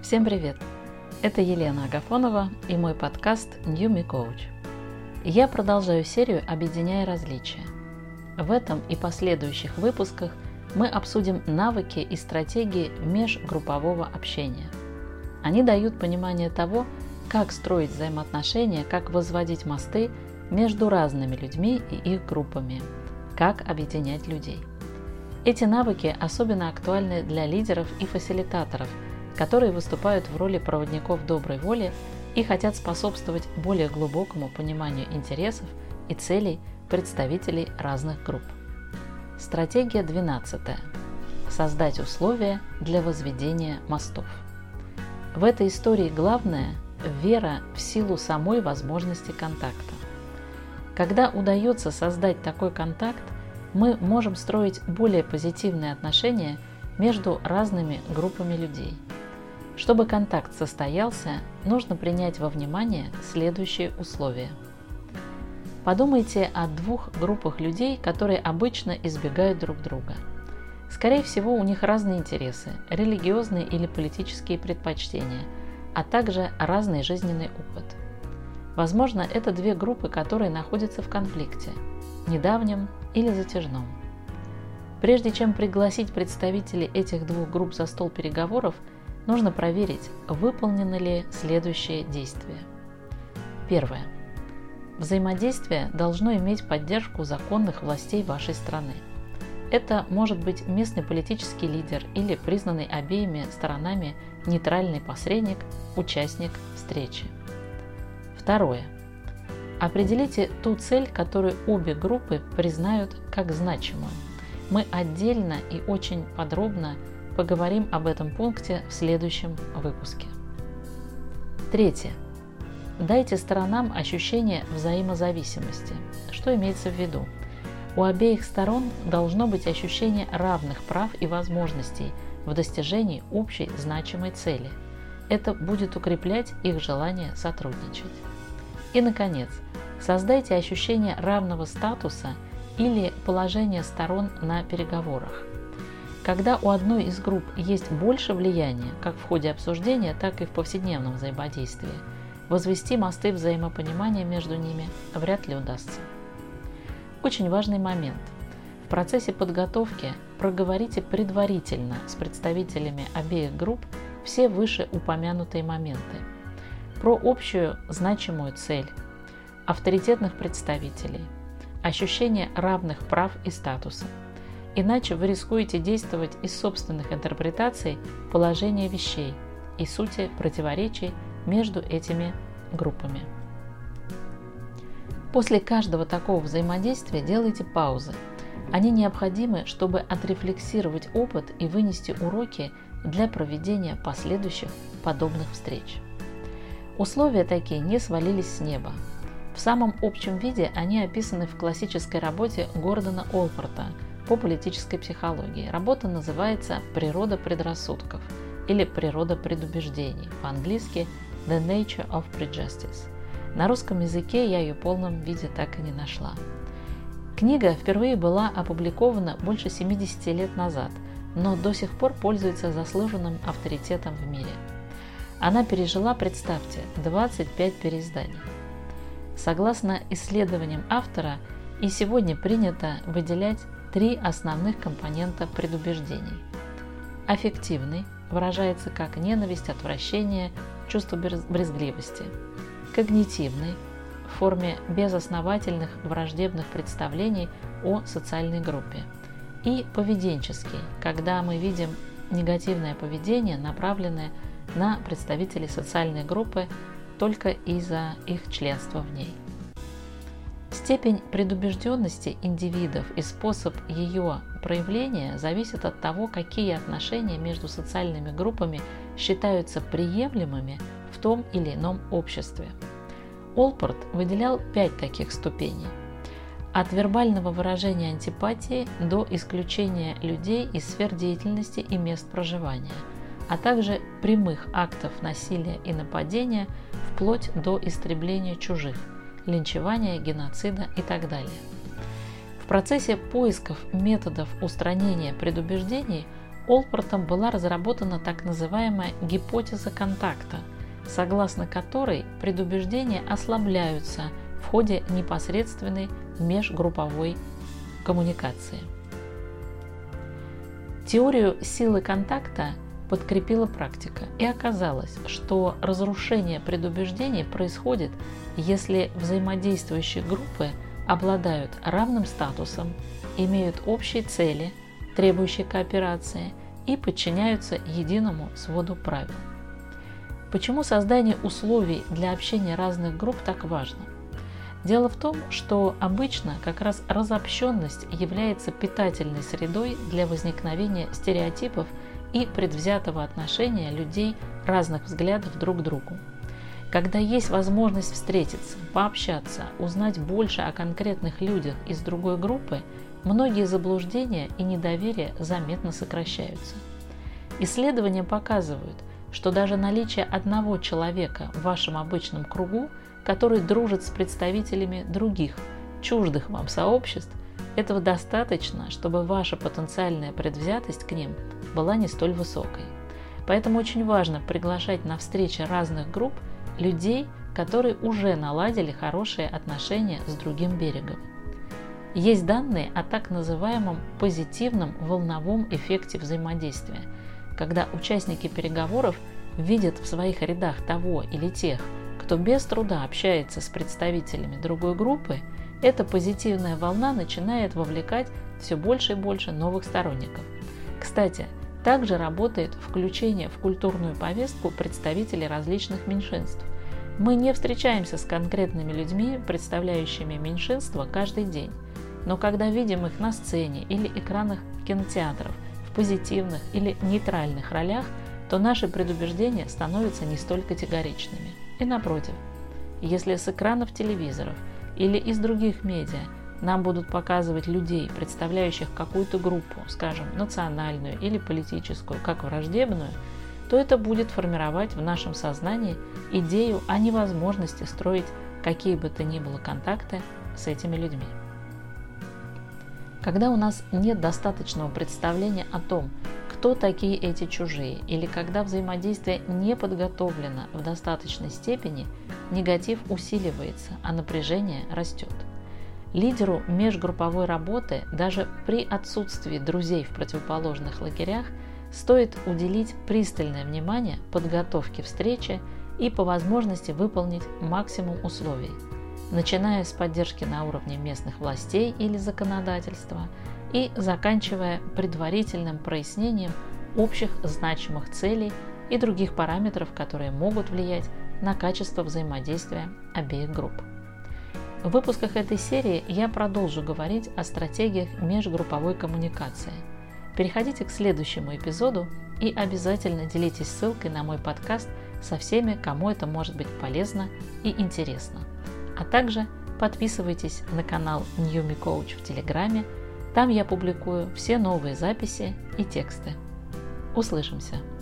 Всем привет! Это Елена Агафонова и мой подкаст New Me Coach. Я продолжаю серию «Объединяя различия». В этом и последующих выпусках мы обсудим навыки и стратегии межгруппового общения. Они дают понимание того, как строить взаимоотношения, как возводить мосты между разными людьми и их группами, как объединять людей. Эти навыки особенно актуальны для лидеров и фасилитаторов, которые выступают в роли проводников доброй воли и хотят способствовать более глубокому пониманию интересов и целей представителей разных групп. Стратегия 12. Создать условия для возведения мостов. В этой истории главное – вера в силу самой возможности контакта. Когда удается создать такой контакт, мы можем строить более позитивные отношения между разными группами людей. Чтобы контакт состоялся, нужно принять во внимание следующие условия. Подумайте о двух группах людей, которые обычно избегают друг друга. Скорее всего, у них разные интересы, религиозные или политические предпочтения, а также разный жизненный опыт. Возможно, это две группы, которые находятся в конфликте, недавнем или затяжном. Прежде чем пригласить представителей этих двух групп за стол переговоров, нужно проверить, выполнены ли следующие действия. Первое. Взаимодействие должно иметь поддержку законных властей вашей страны. Это может быть местный политический лидер или признанный обеими сторонами нейтральный посредник, участник встречи. Второе. Определите ту цель, которую обе группы признают как значимую. Мы отдельно и очень подробно поговорим об этом пункте в следующем выпуске. Третье. Дайте сторонам ощущение взаимозависимости. Что имеется в виду? У обеих сторон должно быть ощущение равных прав и возможностей в достижении общей значимой цели. Это будет укреплять их желание сотрудничать. И, наконец, создайте ощущение равного статуса или положения сторон на переговорах. Когда у одной из групп есть больше влияния, как в ходе обсуждения, так и в повседневном взаимодействии, возвести мосты взаимопонимания между ними вряд ли удастся. Очень важный момент. В процессе подготовки проговорите предварительно с представителями обеих групп все вышеупомянутые моменты. Про общую значимую цель, авторитетных представителей, ощущение равных прав и статуса. Иначе вы рискуете действовать из собственных интерпретаций положения вещей и сути противоречий между этими группами. После каждого такого взаимодействия делайте паузы. Они необходимы, чтобы отрефлексировать опыт и вынести уроки для проведения последующих подобных встреч. Условия такие не свалились с неба. В самом общем виде они описаны в классической работе Гордона Олпорта по политической психологии. Работа называется «Природа предрассудков» или «Природа предубеждений», по-английски «The Nature of Prejudice». На русском языке я ее в полном виде так и не нашла. Книга впервые была опубликована больше 70 лет назад, но до сих пор пользуется заслуженным авторитетом в мире. Она пережила, представьте, 25 переизданий. Согласно исследованиям автора, и сегодня принято выделять три основных компонента предубеждений. Аффективный выражается как ненависть, отвращение, чувство брезгливости. Когнитивный в форме безосновательных враждебных представлений о социальной группе. И поведенческий, когда мы видим негативное поведение, направленное на представителей социальной группы только из-за их членства в ней. Степень предубежденности индивидов и способ ее проявления зависит от того, какие отношения между социальными группами считаются приемлемыми в том или ином обществе. Олпорт выделял 5 таких ступеней. От вербального выражения антипатии до исключения людей из сфер деятельности и мест проживания, а также прямых актов насилия и нападения вплоть до истребления чужих, линчевания, геноцида и так далее. В процессе поисков методов устранения предубеждений Олпортом была разработана так называемая гипотеза контакта, согласно которой предубеждения ослабляются в ходе непосредственной межгрупповой коммуникации. Теорию силы контакта подкрепила практика, и оказалось, что разрушение предубеждений происходит, если взаимодействующие группы обладают равным статусом, имеют общие цели, требующие кооперации, и подчиняются единому своду правил. Почему создание условий для общения разных групп так важно? Дело в том, что обычно как раз разобщенность является питательной средой для возникновения стереотипов и предвзятого отношения людей разных взглядов друг к другу. Когда есть возможность встретиться, пообщаться, узнать больше о конкретных людях из другой группы, многие заблуждения и недоверие заметно сокращаются. Исследования показывают, что даже наличие одного человека в вашем обычном кругу, который дружит с представителями других, чуждых вам сообществ, этого достаточно, чтобы ваша потенциальная предвзятость к ним была не столь высокой. Поэтому очень важно приглашать на встречи разных групп людей, которые уже наладили хорошие отношения с другим берегом. Есть данные о так называемом позитивном волновом эффекте взаимодействия, когда участники переговоров видят в своих рядах того или тех, кто без труда общается с представителями другой группы, эта позитивная волна начинает вовлекать все больше и больше новых сторонников. Кстати, также работает включение в культурную повестку представителей различных меньшинств. Мы не встречаемся с конкретными людьми, представляющими меньшинство, каждый день, но когда видим их на сцене или экранах кинотеатров в позитивных или нейтральных ролях, то наши предубеждения становятся не столь категоричными. И напротив, если с экранов телевизоров или из других медиа нам будут показывать людей, представляющих какую-то группу, скажем, национальную или политическую, как враждебную, то это будет формировать в нашем сознании идею о невозможности строить какие бы то ни было контакты с этими людьми. Когда у нас нет достаточного представления о том, кто такие эти чужие, или когда взаимодействие не подготовлено в достаточной степени, негатив усиливается, а напряжение растет. Лидеру межгрупповой работы даже при отсутствии друзей в противоположных лагерях стоит уделить пристальное внимание подготовке встречи и по возможности выполнить максимум условий, начиная с поддержки на уровне местных властей или законодательства и заканчивая предварительным прояснением общих значимых целей и других параметров, которые могут влиять на качество взаимодействия обеих групп. В выпусках этой серии я продолжу говорить о стратегиях межгрупповой коммуникации. Переходите к следующему эпизоду и обязательно делитесь ссылкой на мой подкаст со всеми, кому это может быть полезно и интересно. А также подписывайтесь на канал New Me Coach в Телеграме, там я публикую все новые записи и тексты. Услышимся!